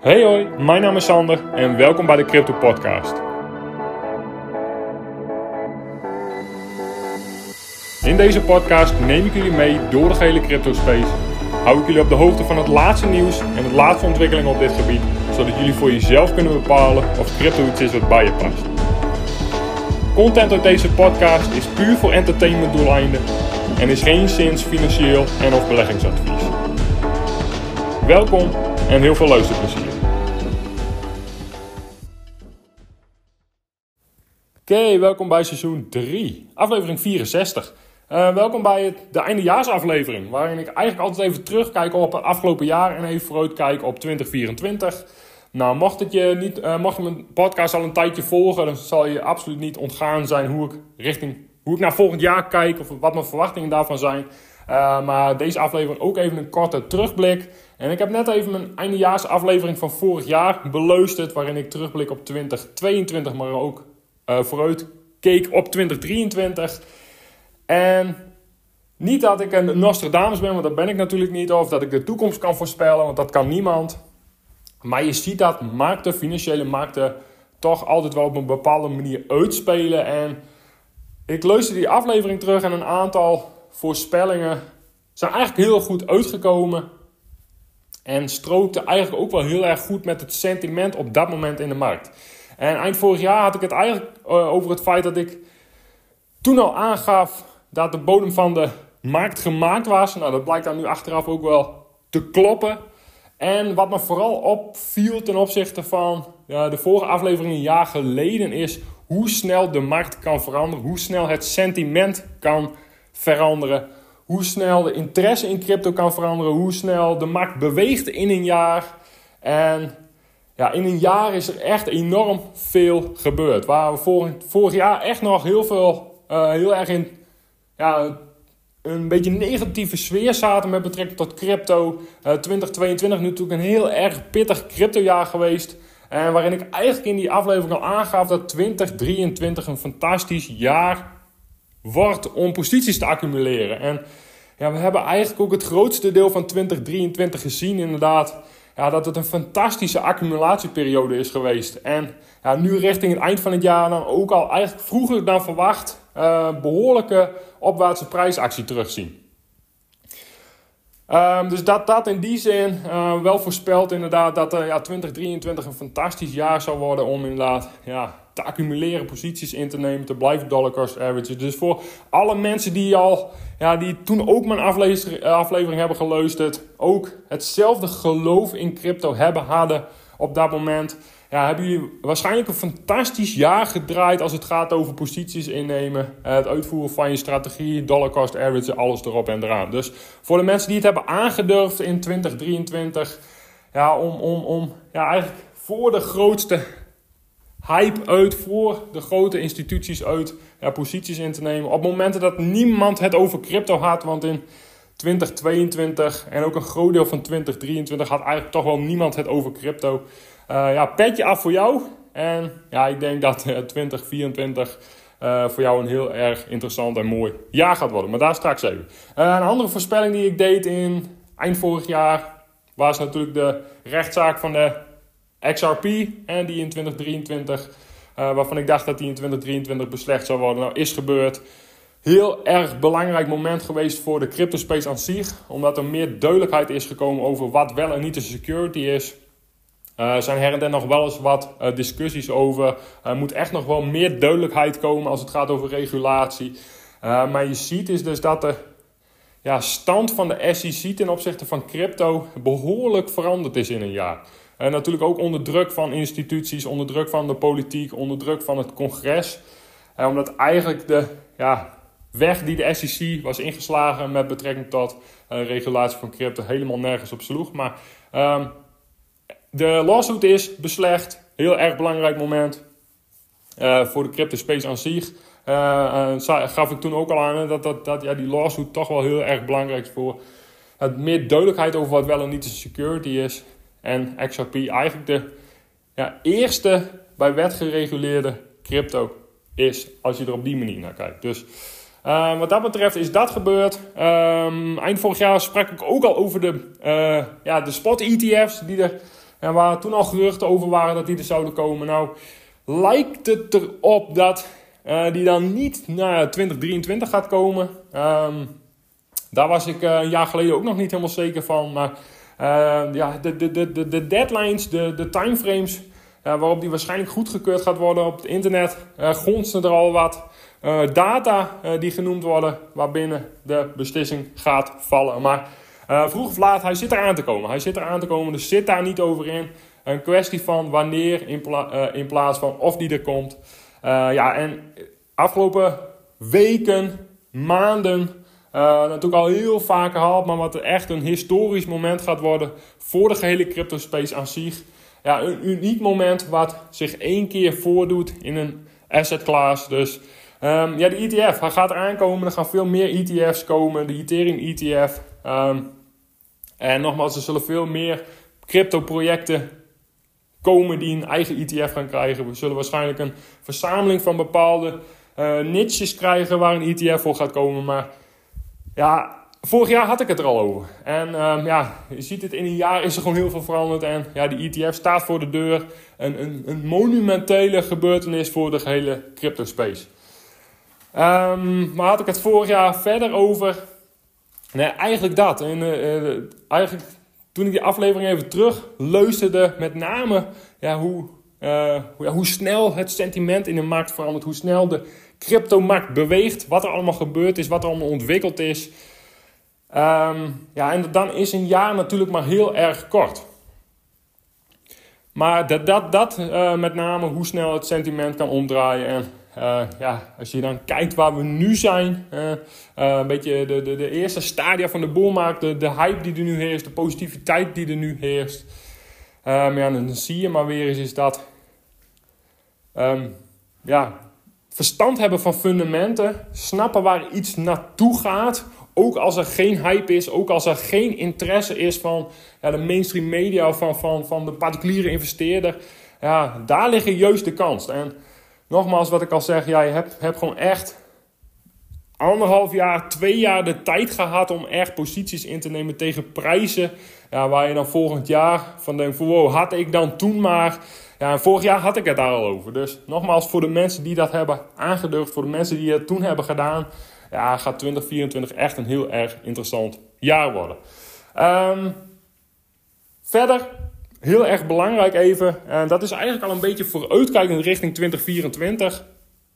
Hey hoi, mijn naam is Sander en welkom bij de Crypto Podcast. In deze podcast neem ik jullie mee door de gehele crypto space. Hou ik jullie op de hoogte van het laatste nieuws en de laatste ontwikkelingen op dit gebied, zodat jullie voor jezelf kunnen bepalen of crypto iets is wat bij je past. Content uit deze podcast is puur voor entertainment doeleinden en is geen zins financieel en of beleggingsadvies. Welkom en heel veel luisterplezier. Oké, welkom bij seizoen 3, aflevering 64. Welkom bij de eindejaarsaflevering, waarin ik eigenlijk altijd even terugkijk op het afgelopen jaar en even vooruitkijk op 2024. Nou, mocht je mijn podcast al een tijdje volgen, dan zal je absoluut niet ontgaan zijn hoe ik naar volgend jaar kijk of wat mijn verwachtingen daarvan zijn. Maar deze aflevering ook even een korte terugblik. En ik heb net even mijn eindejaarsaflevering van vorig jaar beluisterd, waarin ik terugblik op 2022, maar ook vooruit keek op 2023. En niet dat ik een Nostradamus ben, want dat ben ik natuurlijk niet. Of dat ik de toekomst kan voorspellen, want dat kan niemand. Maar je ziet dat financiële markten toch altijd wel op een bepaalde manier uitspelen. En ik luister die aflevering terug en een aantal voorspellingen zijn eigenlijk heel goed uitgekomen. En strookte eigenlijk ook wel heel erg goed met het sentiment op dat moment in de markt. En eind vorig jaar had ik het eigenlijk over het feit dat ik toen al aangaf dat de bodem van de markt gemaakt was. Nou, dat blijkt dan nu achteraf ook wel te kloppen. En wat me vooral opviel ten opzichte van de vorige aflevering een jaar geleden is hoe snel de markt kan veranderen. Hoe snel het sentiment kan veranderen. Hoe snel de interesse in crypto kan veranderen. Hoe snel de markt beweegt in een jaar. En ja, in een jaar is er echt enorm veel gebeurd. Waar we vorig jaar echt nog heel erg in een beetje negatieve sfeer zaten met betrekking tot crypto. 2022 nu natuurlijk een heel erg pittig cryptojaar geweest. En waarin ik eigenlijk in die aflevering al aangaf dat 2023 een fantastisch jaar wordt om posities te accumuleren. En ja, we hebben eigenlijk ook het grootste deel van 2023 gezien inderdaad. Ja, dat het een fantastische accumulatieperiode is geweest. En ja, nu richting het eind van het jaar dan ook al eigenlijk vroeger dan verwacht behoorlijke opwaartse prijsactie terugzien. Dus dat in die zin wel voorspelt inderdaad dat 2023 een fantastisch jaar zou worden om inderdaad te accumuleren, posities in te nemen, te blijven dollar cost average. Dus voor alle mensen die toen ook mijn aflevering hebben geluisterd, ook hetzelfde geloof in crypto hadden op dat moment, hebben jullie waarschijnlijk een fantastisch jaar gedraaid als het gaat over posities innemen, het uitvoeren van je strategie, dollar cost average, alles erop en eraan. Dus voor de mensen die het hebben aangedurfd in 2023, om eigenlijk voor de grootste hype uit, voor de grote instituties uit, posities in te nemen. Op momenten dat niemand het over crypto had, want in 2022 en ook een groot deel van 2023 had eigenlijk toch wel niemand het over crypto. Petje af voor jou. En ik denk dat 2024 voor jou een heel erg interessant en mooi jaar gaat worden. Maar daar straks even. Een andere voorspelling die ik deed in eind vorig jaar was natuurlijk de rechtszaak van de XRP. En die in 2023, waarvan ik dacht dat die in 2023 beslecht zou worden. Nou, is gebeurd. Heel erg belangrijk moment geweest voor de crypto space aan zich. Omdat er meer duidelijkheid is gekomen over wat wel en niet de security is. Er zijn her en der nog wel eens wat discussies over. Er moet echt nog wel meer duidelijkheid komen als het gaat over regulatie. Maar je ziet is dus dat de stand van de SEC ten opzichte van crypto behoorlijk veranderd is in een jaar. Natuurlijk ook onder druk van instituties, onder druk van de politiek, onder druk van het congres. Omdat eigenlijk de weg die de SEC was ingeslagen met betrekking tot regulatie van crypto helemaal nergens op sloeg. Maar de lawsuit is beslecht. Heel erg belangrijk moment voor de crypto space aan zich. Gaf ik toen ook al aan dat die lawsuit toch wel heel erg belangrijk is voor het meer duidelijkheid over wat wel en niet de security is. En XRP eigenlijk de eerste bij wet gereguleerde crypto is als je er op die manier naar kijkt. Dus wat dat betreft is dat gebeurd. Eind vorig jaar sprak ik ook al over de spot ETF's die er En waar toen al geruchten over waren dat die er zouden komen. Nou, lijkt het erop dat die dan niet naar 2023 gaat komen. Daar was ik een jaar geleden ook nog niet helemaal zeker van. Maar de deadlines, de timeframes waarop die waarschijnlijk goedgekeurd gaat worden op het internet, gonsten er al wat data die genoemd worden waarbinnen de beslissing gaat vallen. Maar vroeg of laat, hij zit eraan te komen. Dus zit daar niet over in. Een kwestie van wanneer in plaats van of die er komt. En afgelopen weken, maanden, natuurlijk al heel vaak gehad, maar wat echt een historisch moment gaat worden voor de gehele crypto space aan zich. Ja, een uniek moment wat zich 1 keer voordoet in een asset class. Dus de ETF, hij gaat eraan komen. Er gaan veel meer ETF's komen. De Ethereum ETF. En nogmaals, er zullen veel meer crypto projecten komen die een eigen ETF gaan krijgen. We zullen waarschijnlijk een verzameling van bepaalde niches krijgen waar een ETF voor gaat komen. Maar ja, vorig jaar had ik het er al over. En je ziet het, in een jaar is er gewoon heel veel veranderd. En ja, die ETF staat voor de deur. Een monumentele gebeurtenis voor de gehele crypto space. Maar had ik het vorig jaar verder over? Nee, eigenlijk dat. En eigenlijk toen ik die aflevering even terug luisterde, met name hoe snel het sentiment in de markt verandert, hoe snel de cryptomarkt beweegt, wat er allemaal gebeurd is, wat er allemaal ontwikkeld is. En dan is een jaar natuurlijk maar heel erg kort. Maar dat met name hoe snel het sentiment kan omdraaien. En als je dan kijkt waar we nu zijn, een beetje de eerste stadia van de boelmarkt, de hype die er nu heerst, de positiviteit die er nu heerst. Dan zie je maar weer eens is dat verstand hebben van fundamenten, snappen waar iets naartoe gaat, ook als er geen hype is, ook als er geen interesse is van de mainstream media of van de particuliere investeerder. Ja, daar liggen juist de kans. En nogmaals, wat ik al zeg, je hebt gewoon echt 1,5 jaar, 2 jaar de tijd gehad om echt posities in te nemen tegen prijzen. Ja, waar je dan volgend jaar van denkt, wow, had ik dan toen maar. Ja, en vorig jaar had ik het daar al over. Dus nogmaals, voor de mensen die dat hebben aangedurfd, voor de mensen die het toen hebben gedaan, gaat 2024 echt een heel erg interessant jaar worden. Verder, heel erg belangrijk even, en dat is eigenlijk al een beetje vooruitkijkend richting 2024.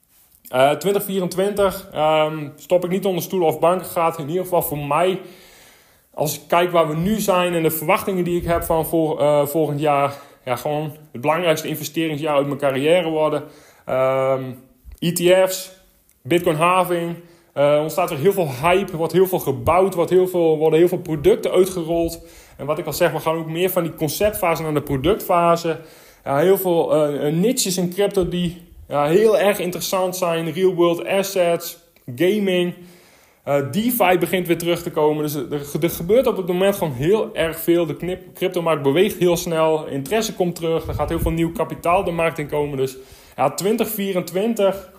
2024 stop ik niet onder stoelen of banken, gaat in ieder geval voor mij, als ik kijk waar we nu zijn en de verwachtingen die ik heb van volgend jaar, gewoon het belangrijkste investeringsjaar uit mijn carrière worden. ETF's, Bitcoin halving, ontstaat er heel veel hype, wordt heel veel gebouwd, worden heel veel producten uitgerold. En wat ik al zeg, we gaan ook meer van die conceptfase naar de productfase. Heel veel niches in crypto die heel erg interessant zijn. Real world assets, gaming, DeFi begint weer terug te komen. Dus er gebeurt op het moment gewoon heel erg veel. De cryptomarkt beweegt heel snel. Interesse komt terug. Er gaat heel veel nieuw kapitaal de markt in komen. Dus 2024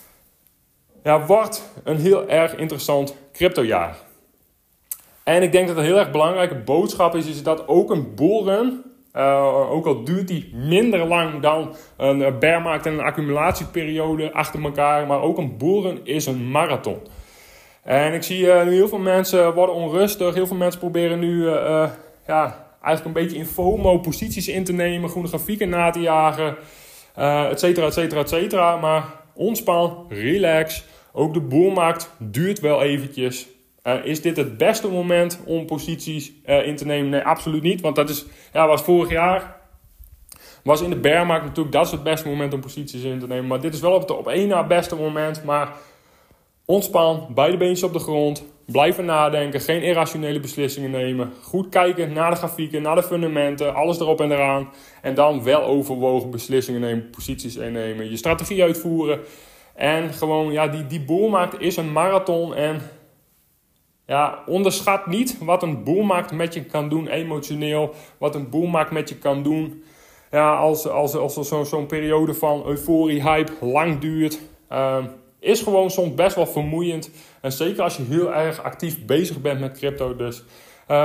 wordt een heel erg interessant cryptojaar. En ik denk dat een heel erg belangrijke boodschap is dat ook een bullrun, ook al duurt die minder lang dan een bearmarkt en een accumulatieperiode achter elkaar, maar ook een bullrun is een marathon. En ik zie nu heel veel mensen worden onrustig, heel veel mensen proberen nu eigenlijk een beetje in FOMO posities in te nemen, groene grafieken na te jagen, et cetera, et cetera, et cetera. Maar ontspan, relax, ook de boelmarkt duurt wel eventjes. Is dit het beste moment om posities in te nemen? Nee, absoluut niet. Want dat was vorig jaar. Was in de bearmarkt natuurlijk, dat is het beste moment om posities in te nemen. Maar dit is wel op één na het beste moment. Maar ontspan, beide beentjes op de grond. Blijven nadenken, geen irrationele beslissingen nemen. Goed kijken naar de grafieken, naar de fundamenten, alles erop en eraan. En dan wel overwogen beslissingen nemen, posities innemen. Je strategie uitvoeren. En gewoon, die boelmarkt is een marathon. En onderschat niet wat een boelmarkt met je kan doen emotioneel. Wat een boelmarkt met je kan doen. Als zo'n periode van euforie, hype lang duurt. Is gewoon soms best wel vermoeiend. En zeker als je heel erg actief bezig bent met crypto. Dus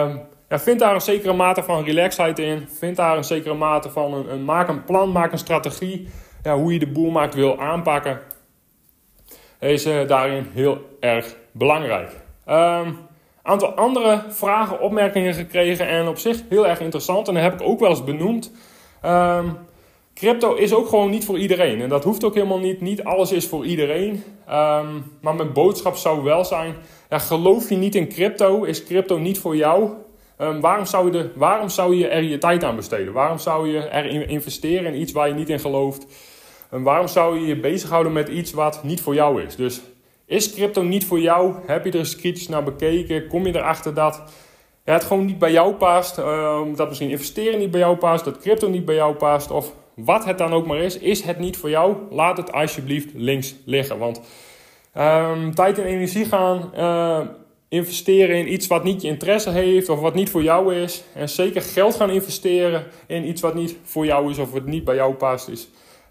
vind daar een zekere mate van relaxedheid in. Vind daar een zekere mate van maak een plan, maak een strategie. Hoe je de boelmarkt wil aanpakken. Is daarin heel erg belangrijk. Aantal andere vragen, opmerkingen gekregen en op zich heel erg interessant. En dat heb ik ook wel eens benoemd. Crypto is ook gewoon niet voor iedereen. En dat hoeft ook helemaal niet. Niet alles is voor iedereen. Maar mijn boodschap zou wel zijn. Geloof je niet in crypto? Is crypto niet voor jou? Waarom zou je er je tijd aan besteden? Waarom zou je er investeren in iets waar je niet in gelooft? En waarom zou je je bezighouden met iets wat niet voor jou is? Dus is crypto niet voor jou? Heb je er eens kritisch naar bekeken? Kom je erachter dat het gewoon niet bij jou past? Dat misschien investeren niet bij jou past? Dat crypto niet bij jou past? Of wat het dan ook maar is het niet voor jou? Laat het alsjeblieft links liggen. Want tijd en energie gaan investeren in iets wat niet je interesse heeft of wat niet voor jou is. En zeker geld gaan investeren in iets wat niet voor jou is of wat niet bij jou past is.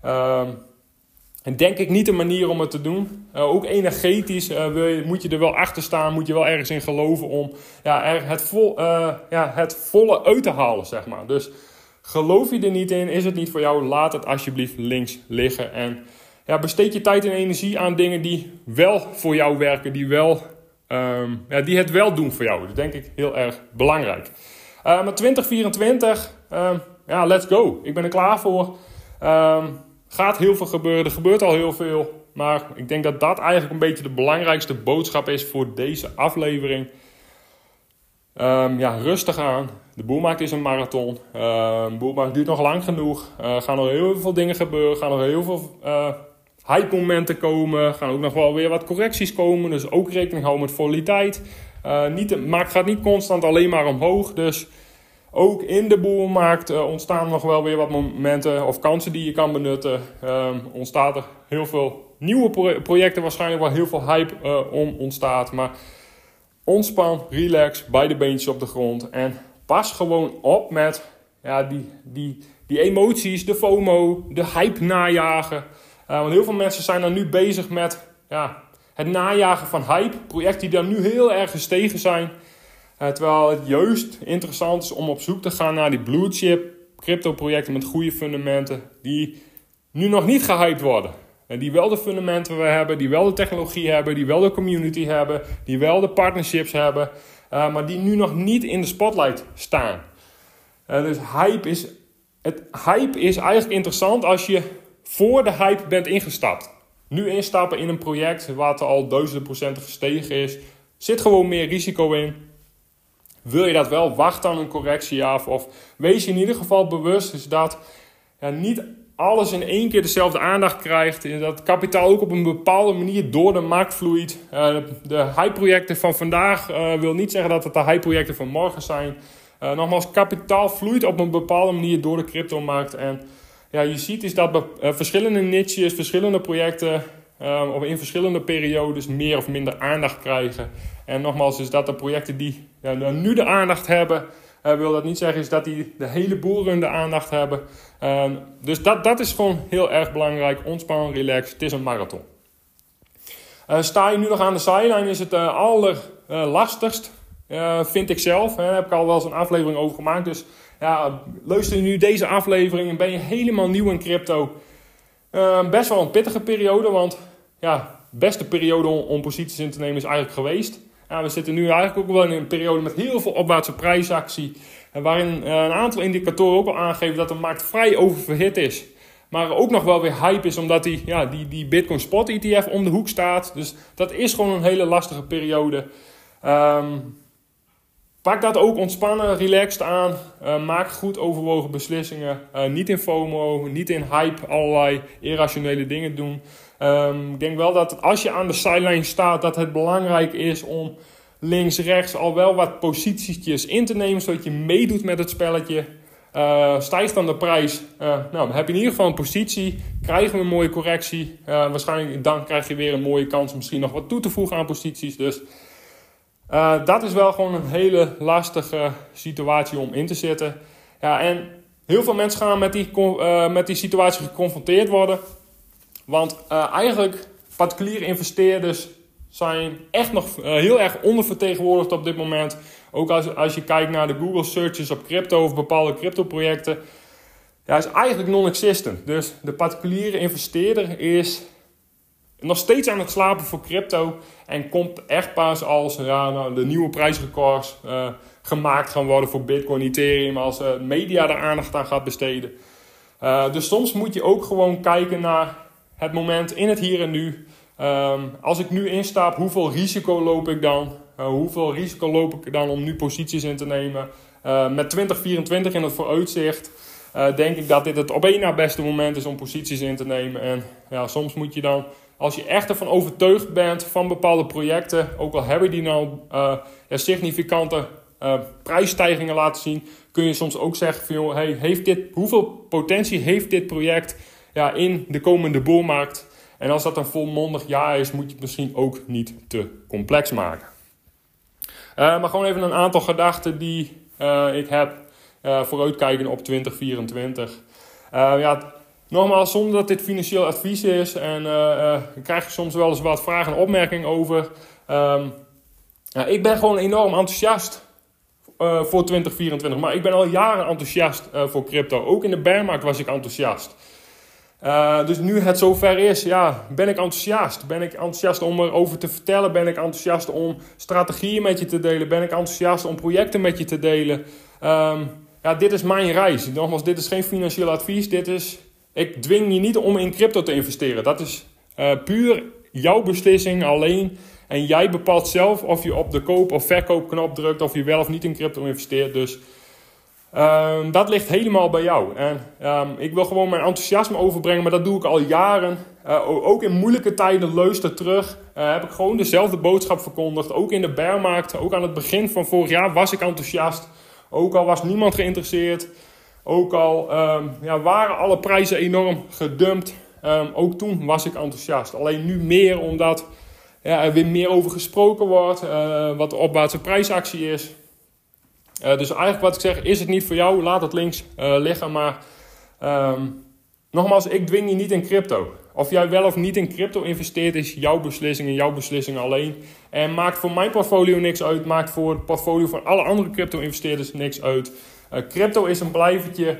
En denk ik niet een manier om het te doen. Ook energetisch moet je er wel achter staan. Moet je wel ergens in geloven om er het volle uit te halen, zeg maar. Dus geloof je er niet in, is het niet voor jou, laat het alsjeblieft links liggen. En besteed je tijd en energie aan dingen die wel voor jou werken. Die het wel doen voor jou. Dat denk ik heel erg belangrijk. Maar 2024, let's go. Ik ben er klaar voor. Gaat heel veel gebeuren. Er gebeurt al heel veel. Maar ik denk dat dat eigenlijk een beetje de belangrijkste boodschap is voor deze aflevering. Rustig aan. De boelmarkt is een marathon. De boelmarkt duurt nog lang genoeg. Gaan nog heel veel dingen gebeuren. Gaan nog heel veel hype momenten komen. Gaan ook nog wel weer wat correcties komen. Dus ook rekening houden met volatiliteit. De markt gaat niet constant alleen maar omhoog. Dus ook in de boelmarkt ontstaan nog wel weer wat momenten of kansen die je kan benutten. Ontstaat er heel veel nieuwe projecten. Waarschijnlijk wel heel veel hype ontstaat. Maar ontspan, relax, beide beentjes op de grond. En pas gewoon op met die emoties, de FOMO, de hype najagen. Want heel veel mensen zijn dan nu bezig met het najagen van hype. Projecten die dan nu heel erg gestegen zijn. Terwijl het juist interessant is om op zoek te gaan naar die blue chip crypto projecten met goede fundamenten. Die nu nog niet gehyped worden. En die wel de fundamenten hebben, die wel de technologie hebben, die wel de community hebben, die wel de partnerships hebben. Maar die nu nog niet in de spotlight staan. Dus hype is eigenlijk interessant als je voor de hype bent ingestapt. Nu instappen in een project wat al duizenden % gestegen is. Zit gewoon meer risico in. Wil je dat wel? Wacht dan een correctie af. Of wees je in ieder geval bewust is dat niet alles in één keer dezelfde aandacht krijgt. Dat kapitaal ook op een bepaalde manier door de markt vloeit. De hype-projecten van vandaag wil niet zeggen dat het de hype-projecten van morgen zijn. Nogmaals, kapitaal vloeit op een bepaalde manier door de cryptomarkt. En je ziet is dat verschillende niches, verschillende projecten in verschillende periodes meer of minder aandacht krijgen. En nogmaals, is dat de projecten die nu de aandacht hebben, wil dat niet zeggen is dat die de hele boelrun de aandacht hebben. Dus dat is gewoon heel erg belangrijk. Ontspannen, relax. Het is een marathon. Sta je nu nog aan de sideline is het allerlastigst. Vind ik zelf. Daar heb ik al wel eens een aflevering over gemaakt. Dus luister je nu deze aflevering en ben je helemaal nieuw in crypto. Best wel een pittige periode. Want beste periode om posities in te nemen is eigenlijk geweest. We zitten nu eigenlijk ook wel in een periode met heel veel opwaartse prijsactie. Waarin een aantal indicatoren ook al aangeven dat de markt vrij oververhit is. Maar ook nog wel weer hype is omdat die Bitcoin Spot ETF om de hoek staat. Dus dat is gewoon een hele lastige periode. Pak dat ook ontspannen, relaxed aan. Maak goed overwogen beslissingen. Niet in FOMO, niet in hype allerlei irrationele dingen doen. Ik denk wel dat als je aan de sideline staat, dat het belangrijk is om links, rechts al wel wat positietjes in te nemen, zodat je meedoet met het spelletje. Stijgt dan de prijs, dan heb je in ieder geval een positie. Krijgen we een mooie correctie. Waarschijnlijk dan krijg je weer een mooie kans om misschien nog wat toe te voegen aan posities. Dus dat is wel gewoon een hele lastige situatie om in te zitten. En heel veel mensen gaan met die situatie geconfronteerd worden. Want eigenlijk particuliere investeerders zijn echt nog heel erg ondervertegenwoordigd op dit moment. Ook als je kijkt naar de Google searches op crypto of bepaalde crypto-projecten. Ja, is eigenlijk non-existent. Dus de particuliere investeerder is nog steeds aan het slapen voor crypto. En komt echt pas als de nieuwe prijsrecords gemaakt gaan worden voor Bitcoin, Ethereum. Als media daar aandacht aan gaat besteden. Dus soms moet je ook gewoon kijken naar het moment in het hier en nu. Als ik nu instap, hoeveel risico loop ik dan? Hoeveel risico loop ik dan om nu posities in te nemen? Met 2024 in het vooruitzicht denk ik dat dit het op één na beste moment is om posities in te nemen. En ja, soms moet je dan, als je echt ervan overtuigd bent van bepaalde projecten, ook al hebben die nou significante prijsstijgingen laten zien, kun je soms ook zeggen van, joh, hoeveel potentie heeft dit project in de komende boelmarkt? En als dat een volmondig ja is, moet je het misschien ook niet te complex maken. Maar gewoon even een aantal gedachten die ik heb vooruitkijken op 2024. Nogmaals, zonder dat dit financieel advies is. En ik krijg soms wel eens wat vragen en opmerkingen over. Ik ben gewoon enorm enthousiast voor 2024. Maar ik ben al jaren enthousiast voor crypto. Ook in de bearmarkt was ik enthousiast. Dus nu het zover is, ben ik enthousiast. Ben ik enthousiast om erover te vertellen? Ben ik enthousiast om strategieën met je te delen? Ben ik enthousiast om projecten met je te delen? Dit is mijn reis. Nogmaals, dit is geen financieel advies. Ik dwing je niet om in crypto te investeren. Dat is puur jouw beslissing alleen. En jij bepaalt zelf of je op de koop- of verkoopknop drukt. Of je wel of niet in crypto investeert. Dus dat ligt helemaal bij jou. En ik wil gewoon mijn enthousiasme overbrengen. Maar dat doe ik al jaren. Ook in moeilijke tijden, luister terug. Heb ik gewoon dezelfde boodschap verkondigd. Ook in de bearmarkt. Ook aan het begin van vorig jaar was ik enthousiast. Ook al was niemand geïnteresseerd. Ook al waren alle prijzen enorm gedumpt. Ook toen was ik enthousiast. Alleen nu meer omdat er weer meer over gesproken wordt. Wat de opwaartse prijsactie is. Dus eigenlijk wat ik zeg, is het niet voor jou, laat het links liggen. Maar nogmaals, ik dwing je niet in crypto. Of jij wel of niet in crypto investeert is jouw beslissing en jouw beslissing alleen. En maakt voor mijn portfolio niks uit. Maakt voor het portfolio van alle andere crypto investeerders niks uit. Crypto is een blijvertje.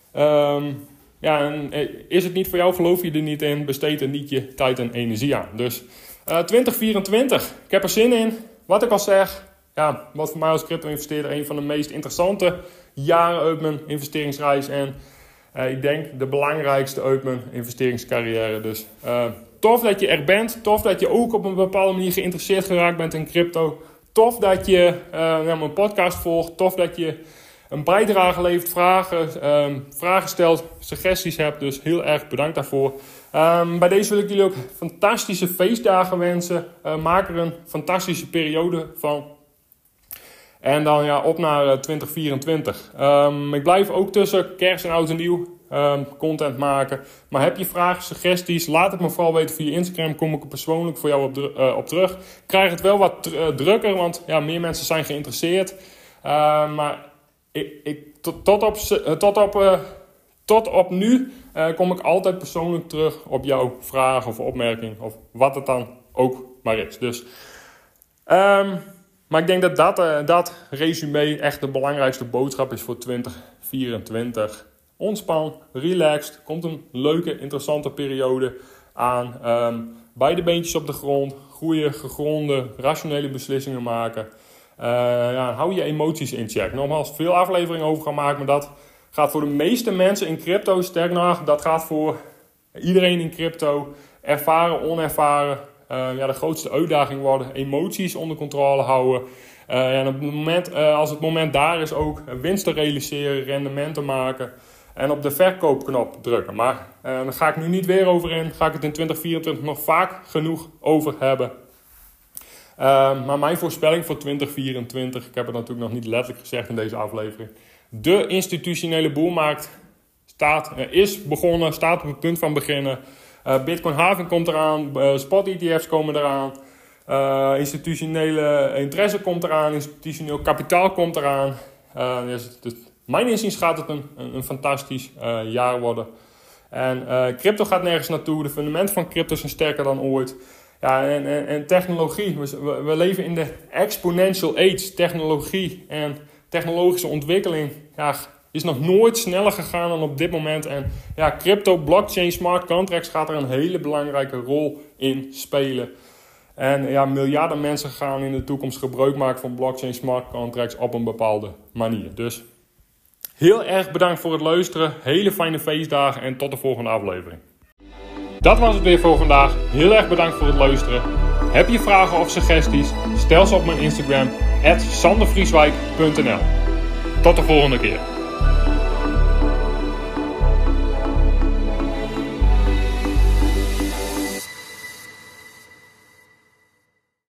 En is het niet voor jou, geloof je er niet in, besteed er niet je tijd en energie aan. Dus 2024, ik heb er zin in. Wat ik al zeg, wat voor mij als crypto-investeerder een van de meest interessante jaren uit mijn investeringsreis. En ik denk de belangrijkste uit mijn investeringscarrière. Dus tof dat je er bent. Tof dat je ook op een bepaalde manier geïnteresseerd geraakt bent in crypto. Tof dat je mijn podcast volgt. Tof dat je een bijdrage levert, vragen stelt, suggesties hebt. Dus heel erg bedankt daarvoor. Bij deze wil ik jullie ook fantastische feestdagen wensen. Maak er een fantastische periode van. En dan op naar 2024. Ik blijf ook tussen kerst en oud en nieuw content maken. Maar heb je vragen, suggesties, laat het me vooral weten via Instagram. Kom ik er persoonlijk voor jou op terug. Ik krijg het wel wat drukker, want meer mensen zijn geïnteresseerd. Maar tot op nu kom ik altijd persoonlijk terug op jouw vraag of opmerking. Of wat het dan ook maar is. Dus, maar ik denk dat resume echt de belangrijkste boodschap is voor 2024. Ontspan, relaxed. Komt een leuke, interessante periode aan. Beide beentjes op de grond. Goede, gegronde, rationele beslissingen maken. Hou je emoties in check. Nogmaals, veel afleveringen over gaan maken. Maar dat gaat voor de meeste mensen in crypto, sterk nog, dat gaat voor iedereen in crypto. Ervaren, onervaren. De grootste uitdaging worden. Emoties onder controle houden. En op het moment, als het moment daar is ook winsten realiseren, rendementen maken. En op de verkoopknop drukken. Maar daar ga ik nu niet weer over in. Ga ik het in 2024 nog vaak genoeg over hebben. Maar mijn voorspelling voor 2024, ik heb het natuurlijk nog niet letterlijk gezegd in deze aflevering. De institutionele boelmarkt is begonnen, staat op het punt van beginnen. Bitcoin halving komt eraan, spot ETF's komen eraan. Institutionele interesse komt eraan, institutioneel kapitaal komt eraan. Dus mijn inziens gaat het een fantastisch jaar worden. En crypto gaat nergens naartoe. De fundamenten van crypto zijn sterker dan ooit. Ja, en technologie. We leven in de exponential age. Technologie en technologische ontwikkeling is nog nooit sneller gegaan dan op dit moment. En crypto, blockchain, smart contracts gaat er een hele belangrijke rol in spelen. En miljarden mensen gaan in de toekomst gebruik maken van blockchain, smart contracts op een bepaalde manier. Dus heel erg bedankt voor het luisteren. Hele fijne feestdagen en tot de volgende aflevering. Dat was het weer voor vandaag. Heel erg bedankt voor het luisteren. Heb je vragen of suggesties? Stel ze op mijn Instagram @sandervrieswijk.nl. Tot de volgende keer.